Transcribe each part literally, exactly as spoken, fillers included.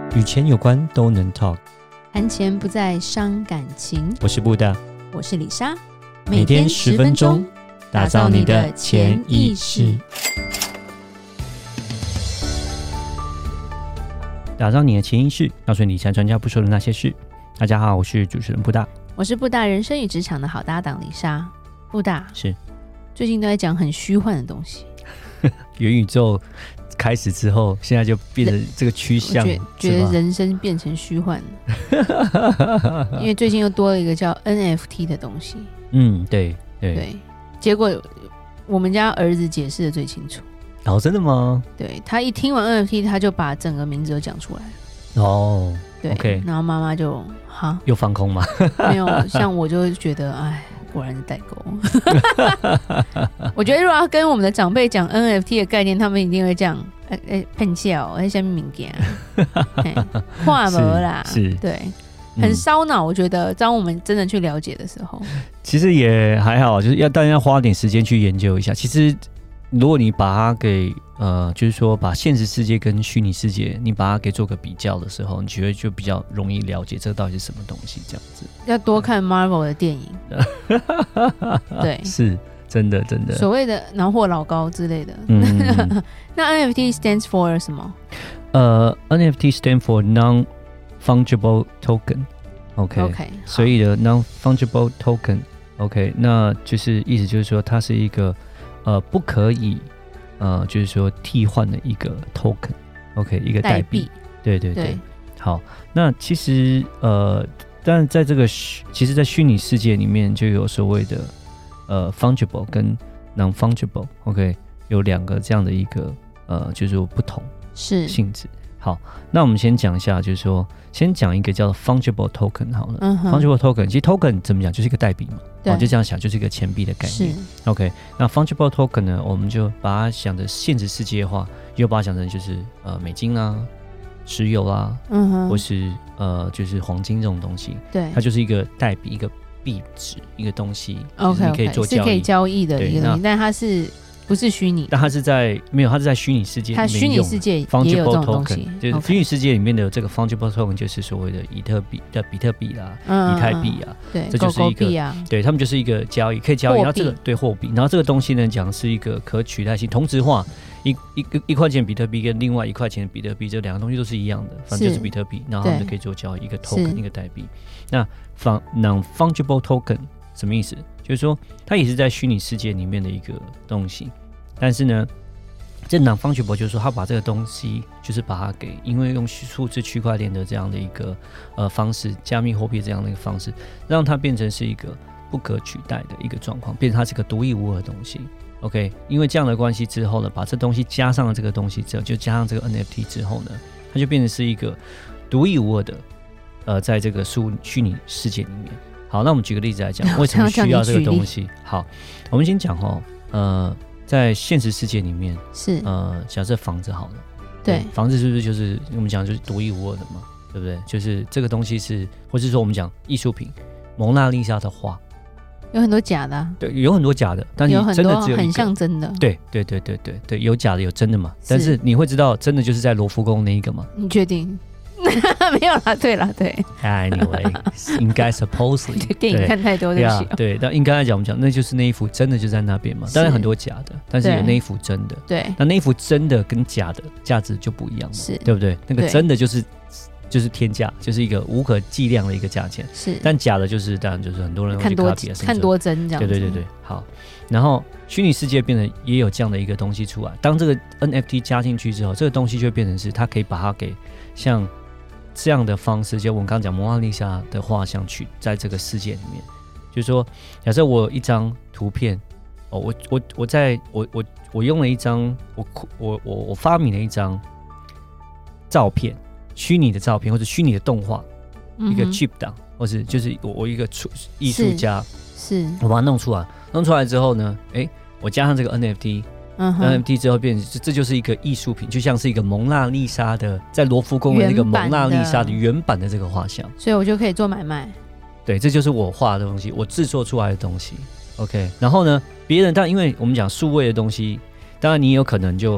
与钱有关都能 talk。 谈钱不再伤感情。 我是布大， 我是李莎， 每天十分钟，打造你的潜意识，打造你的潜意识，告诉理财专家不说的那些事。大家好，我是主持人布大， 我是布大人生与职场的好搭档李莎。布大是最近都在讲很虚幻的东西， 元宇宙开始之后，现在就变成这个趋向， 觉, 觉得人生变成虚幻了因为最近又多了一个叫 N F T 的东西。 嗯，对 对, 对结果我们家儿子解释的最清楚。 哦，真的吗？ 对，他一听完 N F T 他就把整个名字都讲出来了。 哦， 对 OK， 然后妈妈就哈又放空吗？ 没有，像我就觉得哎，果然是代沟我觉得如果要跟我们的长辈讲 N F T 的概念，他们一定会这样哎哎骗笑哎下面物件跨模啦， 是， 对，很烧脑、嗯、我觉得当我们真的去了解的时候， 其实也还好，就是要大家要花点时间去研究一下。其实如果你把它给呃，就是说把现实世界跟虚拟世界，你把它给做个比较的时候，你觉得就比较容易了解这到底是什么东西，这样子。要多看 Marvel 的电影对， 是真的真的。 所谓的拿货老高之类的。嗯那 N F T stands for 什么？ 呃 N F T stand for non-fungible token。OK， okay, 所以的 non-fungible token。OK， 那就是意思就是说它是一个呃不可以呃就是说替换的一个 token。OK， 一个代币。对对 对, 对。好，那其实呃，但在这个其实，在虚拟世界里面就有所谓的呃 fungible 跟 non-fungible。OK， 有两个这样的一个呃，就是说不同性质。好，那我们先讲一下，就是说，先讲一个叫做 fungible token 好了。嗯、fungible token 其实 token 怎么讲，就是一个代币嘛，哦，就这样想，就是一个钱币的概念。OK， 那 fungible token 呢，我们就把它想的现实世界化，又把它想成就是呃美金啦、石油啦，嗯哼，或是呃就是黄金这种东西。对，它就是一个代币，一个币值，一个东西。OK， 你可以做交易，是可以交易的一个东西，但它是。不是虚拟， 但它是在没有，它是在虚拟世界里面用。它虚拟世界也有这种东西， 就是虚拟世界里面的这个 fungible token 就是所谓的以特币的比特币啦、嗯、以太币啊，对，这就是一个狗狗啊，对，他们就是一个交易，可以交易，然后这个对货币，然后这个东西呢讲是一个可取代性、同质化，一一一块钱比特币跟另外一块钱的比特币，这两个东西都是一样的，反正就是比特币，然后他们就可以做交易，一个 token 一个代币。那 non-fungible token 什么意思？就是说它也是在虚拟世界里面的一个东西。但是呢，这 non-fungible 就是说，他把这个东西，就是把它给，因为用数字区块链的这样的一个呃方式，加密货币这样的一个方式，让它变成是一个不可取代的一个状况，变成它是一个独一无二的东西。OK， 因为这样的关系之后呢，把这东西加上了这个东西之后，就加上这个 N F T 之后呢，它就变成是一个独一无二的，呃，在这个虚拟世界里面。好，那我们举个例子来讲，为什么需要这个东西？好，我们先讲哦，呃。在现实世界里面，是呃，假设房子好了，对，房子是不是就是我们讲就是独一无二的嘛，对不对？就是这个东西是，或是说我们讲艺术品，蒙娜丽莎的画， 有很多假的、啊， 对，有很多假的，但你真的只有一个很像真的， 对对对对对对，有假的有真的嘛，但是你会知道真的就是在罗浮宫那一个吗？ 你确定？没有啦，对啦，对。 Anyway， 应该 supposedly 电影看太多对不起、喔。 对，但应该来讲，我们讲那就是那一幅真的就在那边嘛。当然很多假的，但是有那一幅真的。对。那那一幅真的跟假的价值就不一样嘛，是，对不对？那个真的就是就是天价，就是一个无可计量的一个价钱。是。但假的就是当然就是很多人会去 copy 啊， 看多真这样子。 对对对对，好。然后虚拟世界变成也有这样的一个东西出来，当这个 N F T 加进去之后，这个东西就会变成是它可以把它给像。这样的方式，就我们刚刚讲蒙娜丽莎的画像去在这个世界里面，就是说，假设我有一张图片，哦，我我我在我我我用了一张，我我我我发明了一张照片，虚拟的照片或者虚拟的动画，嗯、一个 chip 档，或是就是我我一个艺术家，是我把它弄出来，弄出来之后呢，哎，我加上这个 N F T。嗯、N F T 之后变成这就是一个艺术品，就像是一个蒙娜丽莎的在罗浮宫的那个蒙娜丽莎的原版的这个画像， 所以我就可以做买卖。 对，这就是我画的东西，我制作出来的东西。OK， 然后呢，别人当然因为我们讲数位的东西，当然你有可能就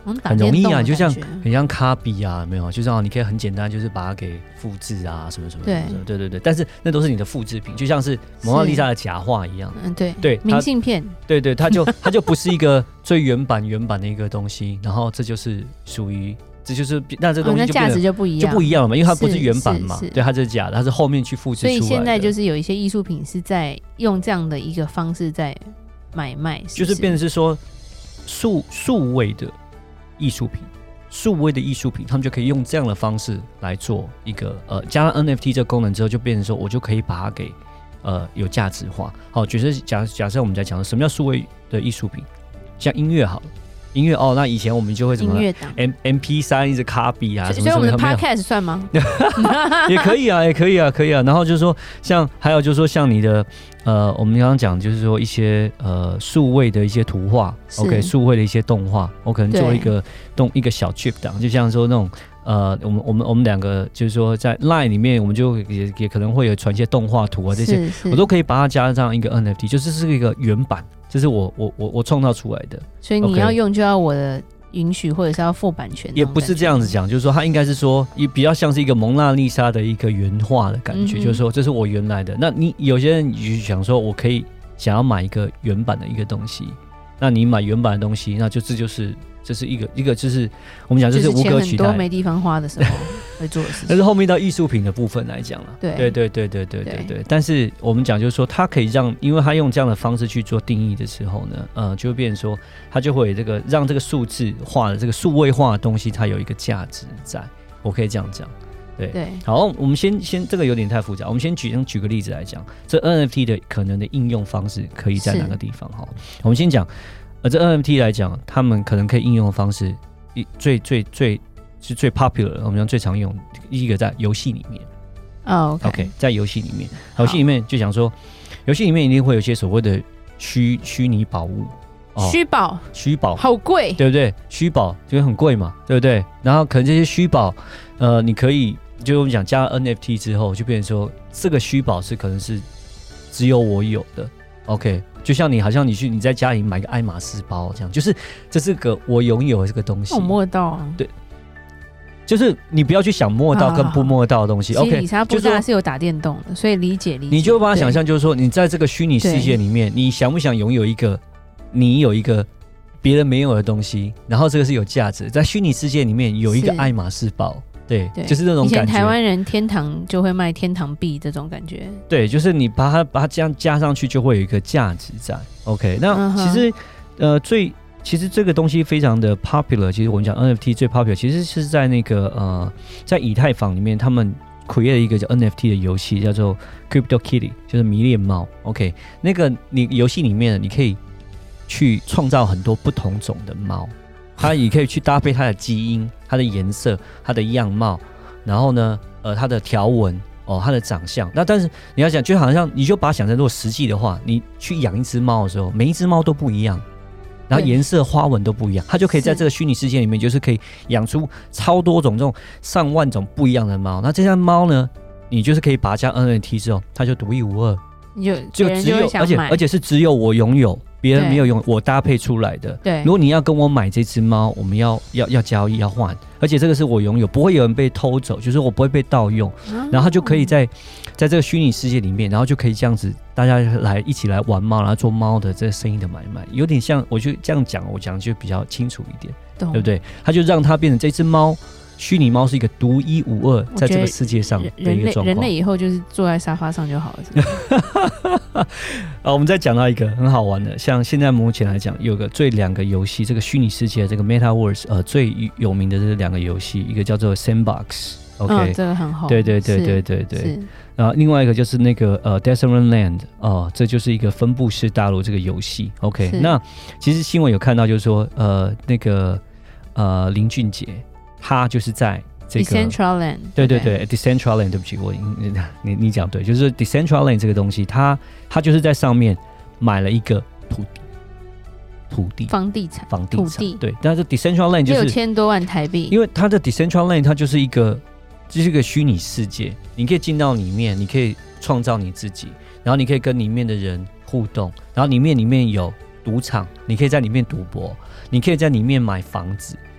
很容易啊，就像很像卡比啊，没有，就是你可以很简单，就是把它给复制啊，什么什么什么，对对对对。但是那都是你的复制品，就像是蒙娜丽莎的假画一样。 嗯，对对， 明信片， 对对，它就它就不是一个最原版原版的一个东西，然后这就是属于。这就是那这东西就价值就不一样，就不一样了嘛，因为它不是原版嘛，对，它是假的，它是后面去复制出来的。 所以现在就是有一些艺术品是在用这样的一个方式在买卖，是就是变成是说数数位的艺术品，数位的艺术品，他们就可以用这样的方式来做一个呃，加上 N F T 这个功能之后，就变成说我就可以把它给呃有价值化。好，就是假假设我们在讲什么叫数位的艺术品，像音乐好了。音乐哦，那以前我们就会怎么音乐档 M M P 三一直卡比啊， 所以我们的 podcast 算吗？ 也可以啊，也可以啊，可以啊。然后就是说，像还有就是说，像你的呃，我们刚刚讲就是说一些呃数位的一些图画 ，OK， 数位的一些动画，我可能做一个动一个小 chip 档，就像说那种呃，我们我们我们两个就是说在 Line 里面，我们就也也可能会有传一些动画图啊这些，我都可以把它加上一个 N F T， 就是是一个原版。这是我我我我创造出来的， 所以你要用就要我的允许，或者是要付版权。 也不是这样子讲，就是说它应该是说，也比较像是一个蒙娜丽莎的一个原画的感觉，嗯、就是说这是我原来的。那你有些人就想说，我可以想要买一个原版的一个东西，那你买原版的东西，那就这就是这是一个一个就是我们讲就是无可取代， 很多没地方花的时候会做的事情。 但是后面到艺术品的部分来讲了，对对对对对对对对。但是我们讲就是说，它可以让，因为它用这样的方式去做定义的时候呢，呃，就会变成说，它就会有这个让这个数字化的这个数位化的东西，它有一个价值在。我可以这样讲。对对，好，我们先先这个有点太复杂，我们先举举个例子来讲，这 N F T 的可能的应用方式可以在哪个地方？哈，我们先讲，呃，这 N F T 来讲，他们可能可以应用的方式，一最最最是最 popular 的，我们讲最常用，一个在游戏里面。 哦、oh, ，OK， okay 在游戏里面，游戏里面就讲说，游戏里面一定会有一些所谓的虚虚拟宝物。 虚宝， 虚宝好贵， 对不对？虚宝就很贵嘛，对不对？然后可能这些虚宝，呃，你可以就我们讲加 N F T 之后，就变成说这个虚宝是可能是只有我有的 ，OK？ 就像你好像你去你在家里买个爱马仕包这样，就是这是个我拥有的这个东西， 我摸得到啊， 对。就是你不要去想摸得到跟不摸得到的东西。 其实李莎布大是有打电动的，所以理解理解。 你就把它想象，就是说你在这个虚拟世界里面，你想不想拥有一个你有一个别人没有的东西，然后这个是有价值，在虚拟世界里面有一个爱马仕包，对，对就是那种感觉。以前台湾人天堂就会卖天堂币这种感觉， 对，就是你把它把它这样加上去，就会有一个价值在。OK， 那其实、嗯、呃最。其实这个东西非常的 popular， 其实我们讲 N F T 最 popular， 其实是在那个呃，在以太坊里面，他们 create 了一个叫 N F T 的游戏，叫做 Crypto Kitty， 就是迷恋猫。OK， 那个你游戏里面你可以去创造很多不同种的猫，它也可以去搭配它的基因、它的颜色、它的样貌，然后呢，呃，它的条纹。哦，它的长相，那但是你要想，就好像你就把它想成，如果实际的话，你去养一只猫的时候，每一只猫都不一样。然后颜色、花纹都不一样，它就可以在这个虚拟世界里面，就是可以养出超多种这种上万种不一样的猫。那这些猫呢，你就是可以把它加 N F T 之后，它就独一无二， 你就就只有，而且而且是只有我拥有，别人没有拥有，我搭配出来的。 对， 如果你要跟我买这只猫，我们要要要交易要换，而且这个是我拥有，不会有人被偷走，就是我不会被盗用。嗯、然后它就可以在在这个虚拟世界里面，然后就可以这样子。大家来一起来玩猫，然后做猫的这个生意的买卖，有点像，我就这样讲，我讲就比较清楚一点，对不对？他就让它变成这只猫，虚拟猫是一个独一无二，在这个世界上的一个状况。 人类以后就是坐在沙发上就好了。是啊，我们再讲到一个很好玩的，像现在目前来讲，有个最两个游戏，这个虚拟世界这个 Metaverse 呃最有名的这两个游戏，一个叫做 Sandbox。OK，、 哦、这个很好。 对对对对对对。然后另外一个就是那个呃 Decentraland 哦，这就是一个分布式大陆这个游戏。OK， 那其实新闻有看到，就是说呃那个呃林俊杰，他就是在这个 Decentraland， 对对对 Decentraland， 对不起，我你你讲对，就是 Decentraland 这个东西，他他就是在上面买了一个土地。土地、 房地产、 房地产，土地对，但是 Decentraland 就是六千多万台币， 因为它的 Decentraland 它就是一个，就是一个虚拟世界，你可以进到里面，你可以创造你自己，然后你可以跟里面的人互动，然后里面里面有赌场，你可以在里面赌博，你可以在里面买房子、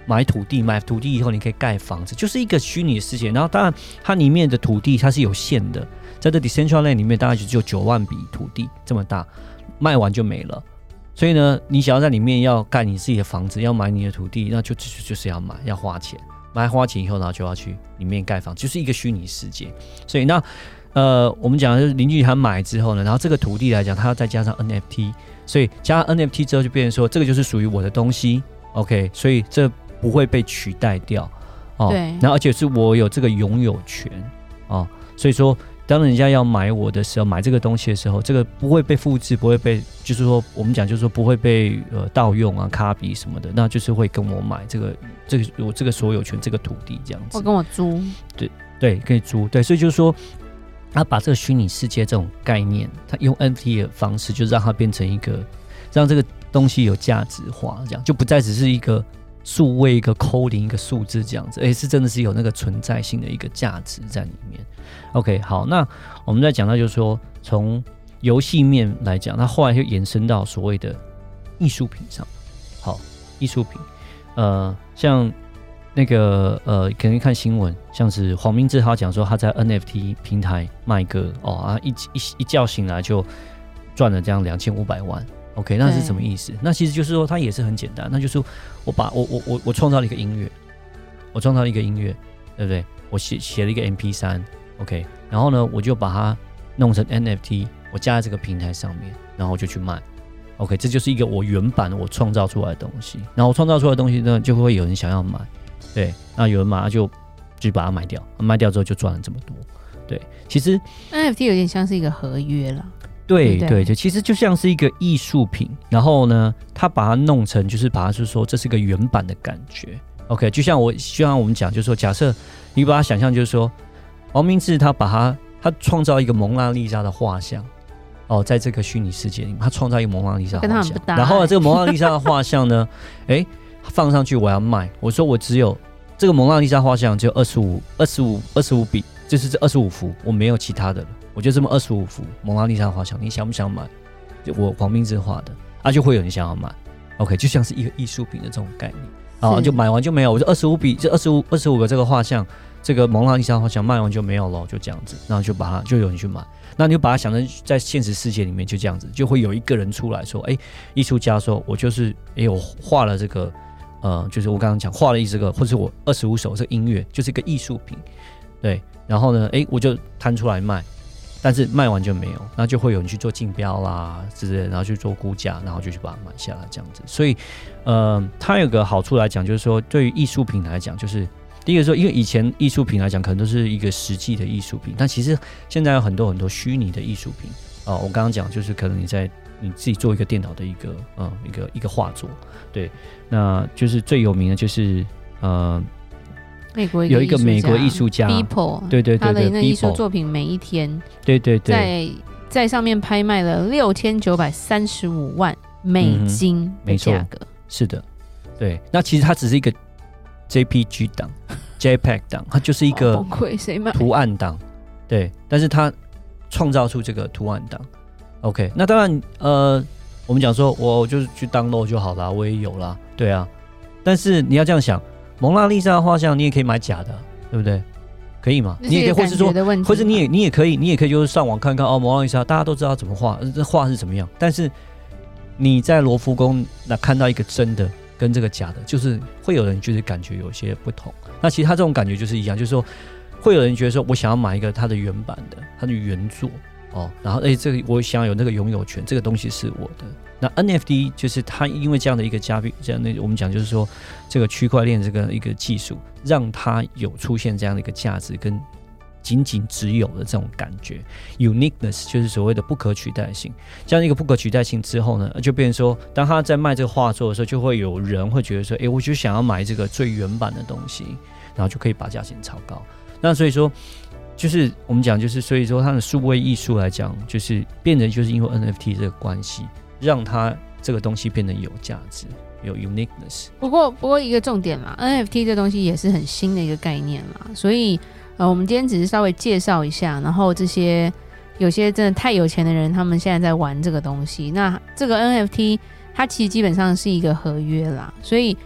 买土地，买土地以后你可以盖房子，就是一个虚拟的世界。然后当然它里面的土地它是有限的，在这 Decentraland 里面大概就只有九万笔土地这么大，卖完就没了。所以呢，你想要在里面要盖你自己的房子，要买你的土地，那就就是要买，要花钱，买花钱以后，然后就要去里面盖房，就是一个虚拟世界。所以那呃，我们讲的就是邻居他买之后呢，然后这个土地来讲，他要再加上 N F T， 所以加上 N F T 之后，就变成说这个就是属于我的东西 ，OK， 所以这不会被取代掉哦。对。然后而且是我有这个拥有权哦，所以说当人家要买我的时候，买这个东西的时候，这个不会被复制，不会被，就是说我们讲就是说不会被呃盗用啊、copy什么的，那就是会跟我买这个这个我这个所有权这个土地这样子。 我跟我租。 对对，可以租。对，所以就是说。他把这个虚拟世界这种概念，他用 N F T 的方式，就让它变成一个，让这个东西有价值化，这样就不再只是一个数位、一个 coding、一个数字这样子，而且是真的是有那个存在性的一个价值在里面。OK， 好，那我们再讲到就是说，从游戏面来讲，那后来就延伸到所谓的艺术品上。好，艺术品，呃，像。那个呃，可能看新闻，像是黄明志他讲说他在 N F T 平台卖歌哦啊，一一一觉醒来就赚了这样两千五百万 ，OK， 那是什么意思？那其实就是说，它也是很简单，那就是我把我我我我创造了一个音乐，我创造了一个音乐，对不对？我写写了一个 M P 三 ，OK， 然后呢，我就把它弄成 N F T， 我加在这个平台上面，然后我就去卖。OK， 这就是一个我原版我创造出来的东西，然后我创造出来的东西呢，就会有人想要买。对，那有人马上就就把它卖掉，卖掉之后就赚了这么多。对，其实 N F T 有点像是一个合约啦。 对对对，其实就像是一个艺术品，然后呢，他把它弄成就是把它是说这是个原版的感觉。OK， 就像我希望我们讲，就是说，假设你把它想象，就是说，王明志他把它他创造一个蒙娜丽莎的画像。哦，在这个虚拟世界里面，他创造一个蒙娜丽莎画像，然后这个蒙娜丽莎的画像呢，哎。放上去我要卖，我说我只有这个蒙娜丽莎画像只有二十五、二十五、二十五笔，就是这二十五幅，我没有其他的了，我就这么二十五幅蒙娜丽莎画像，你想不想买？就我黄明志画的，啊，就会有人想要买。OK， 就像是一个艺术品的这种概念，啊，就买完就没有，我就二十五笔，这二十五、二十五个这个画像，这个蒙娜丽莎画像卖完就没有了，就这样子，然后就把它就有人去买。那你就把它想成在现实世界里面就这样子，就会有一个人出来说，哎，艺术家说，我就是，哎，我画了这个。呃，就是我刚刚讲画了一这个，或者我二十五首这个音乐，就是一个艺术品，对。然后呢，哎，我就摊出来卖，但是卖完就没有，然后就会有人去做竞标啦之类的，然后去做估价，然后就去把它买下来这样子。所以，呃，它有个好处来讲，就是说对于艺术品来讲，就是第一个说，因为以前艺术品来讲可能都是一个实际的艺术品，但其实现在有很多很多虚拟的艺术品哦、呃。我刚刚讲就是可能你在。你自己做一个电脑的一个嗯一个一个画作，对，那就是最有名的就是呃， 美国有一个美国艺术家 Beeple， 对对对对， 他的那艺术作品每一天， 对对对， 在在上面拍卖了六千九百三十五万美金的价格、嗯， 是的，对，那其实它只是一个 J P G 档，JPEG 档，它就是一个图案档，对，但是它创造出这个图案档。OK， 那当然，呃，我们讲说，我就是去 download 就好啦，我也有啦，对啊。但是你要这样想，蒙娜丽莎的画像你也可以买假的，对不对？可以吗？你也可以，或是说，或是你也你也可以，你也可以就是上网看看哦，蒙娜丽莎大家都知道怎么画，这画是怎么样。但是你在罗浮宫那看到一个真的跟这个假的，就是会有人就是感觉有些不同。那其实他这种感觉就是一样，就是说会有人觉得说我想要买一个他的原版的，他的原作。哦，然后哎，这个我想有那个拥有权，这个东西是我的。那 N F T 就是它因为这样的一个加密，这样的我们讲就是说，这个区块链这个一个技术，让它有出现这样的一个价值跟仅仅只有的这种感觉 ，uniqueness 就是所谓的不可取代性。这样一个不可取代性之后呢，就变成说，当他在卖这个画作的时候，就会有人会觉得说，哎，我就想要买这个最原版的东西，然后就可以把价钱炒高。那所以说。就是我们讲，就是所以说它的数位艺术来讲，就是变得就是因为 N F T 这个关系，让它这个东西变得有价值，有 uniqueness。 不过，不过一个重点啦 ，N F T 这东西也是很新的一个概念啦，所以呃，我们今天只是稍微介绍一下，然后这些有些真的太有钱的人，他们现在在玩这个东西。那这个 N F T 它其实基本上是一个合约啦，所以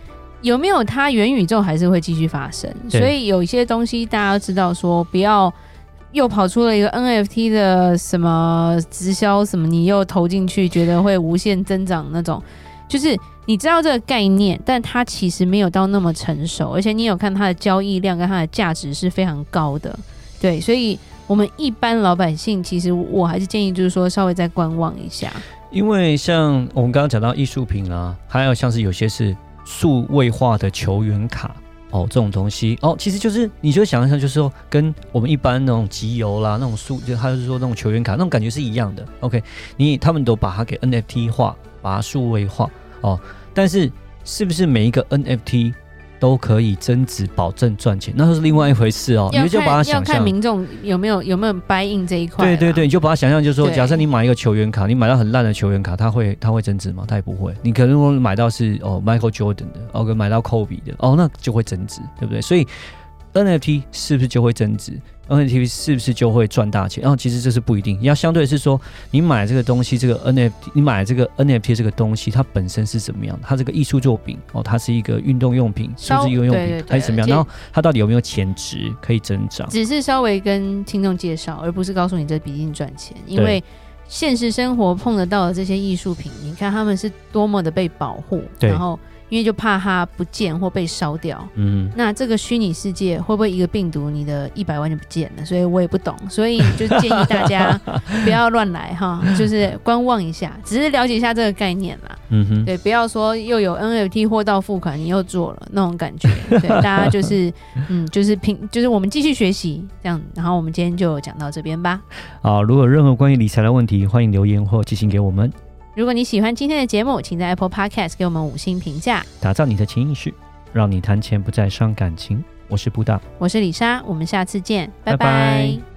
有没有它，元宇宙还是会继续发生。所以有一些东西大家要知道说，不要又跑出了一个 N F T 的什么直销什么，你又投进去，觉得会无限增长那种。就是你知道这个概念，但它其实没有到那么成熟，而且你有看它的交易量跟它的价值是非常高的。对，所以我们一般老百姓，其实我还是建议就是说稍微再观望一下。 因为像我们刚刚讲到艺术品啊，还有像是有些是数位化的球员卡哦，这种东西哦，其实就是你就想象，就是说跟我们一般那种集邮啦，那种数，就他就是说那种球员卡那种感觉是一样的。OK， 你他们都把它给 N F T 化，把它数位化哦，但是是不是每一个 N F T都可以增值保证赚钱，那是另外一回事哦。 你就把它想象， 要看民众有没有有没有 buy in 这一块。 对对对，你就把它想象，就是说，假设你买一个球员卡，你买到很烂的球员卡，它会它会增值吗？它也不会。你可能买到是哦 Michael Jordan 的，哦跟买到 Kobe 的，哦那就会增值，对不对？所以 N F T 是不是就会增值？N F T 是不是就会赚大钱？然后、哦、其实这是不一定，你要相对是说，你买这个东西，这个 N F T， 你买这个 N F T 这个东西，它本身是怎么样？它这个艺术作品哦，它是一个运动用品，数字运动用品，对对对，还是怎么样？然后它到底有没有潜质可以增长？ 只是稍微跟听众介绍，而不是告诉你这必定赚钱，因为现实生活碰得到的这些艺术品，你看他们是多么的被保护，然后。因为就怕它不见或被烧掉，嗯，那这个虚拟世界会不会一个病毒，你的一百万就不见了？所以我也不懂，所以就建议大家不要乱来哈，就是观望一下，只是了解一下这个概念啦。嗯哼，对，不要说又有 N F T 货到付款，你又做了那种感觉。对，大家就是嗯，就是平，就是我们继续学习这样。然后我们今天就讲到这边吧。 好，如果有任何关于理财的问题，欢迎留言或寄信给我们。 如果你喜欢今天的节目，请在 Apple Podcast 给我们五星评价。 打造你的潜意识，让你谈钱不再伤感情。我是布大， 我是李莎，我们下次见，拜拜。拜拜。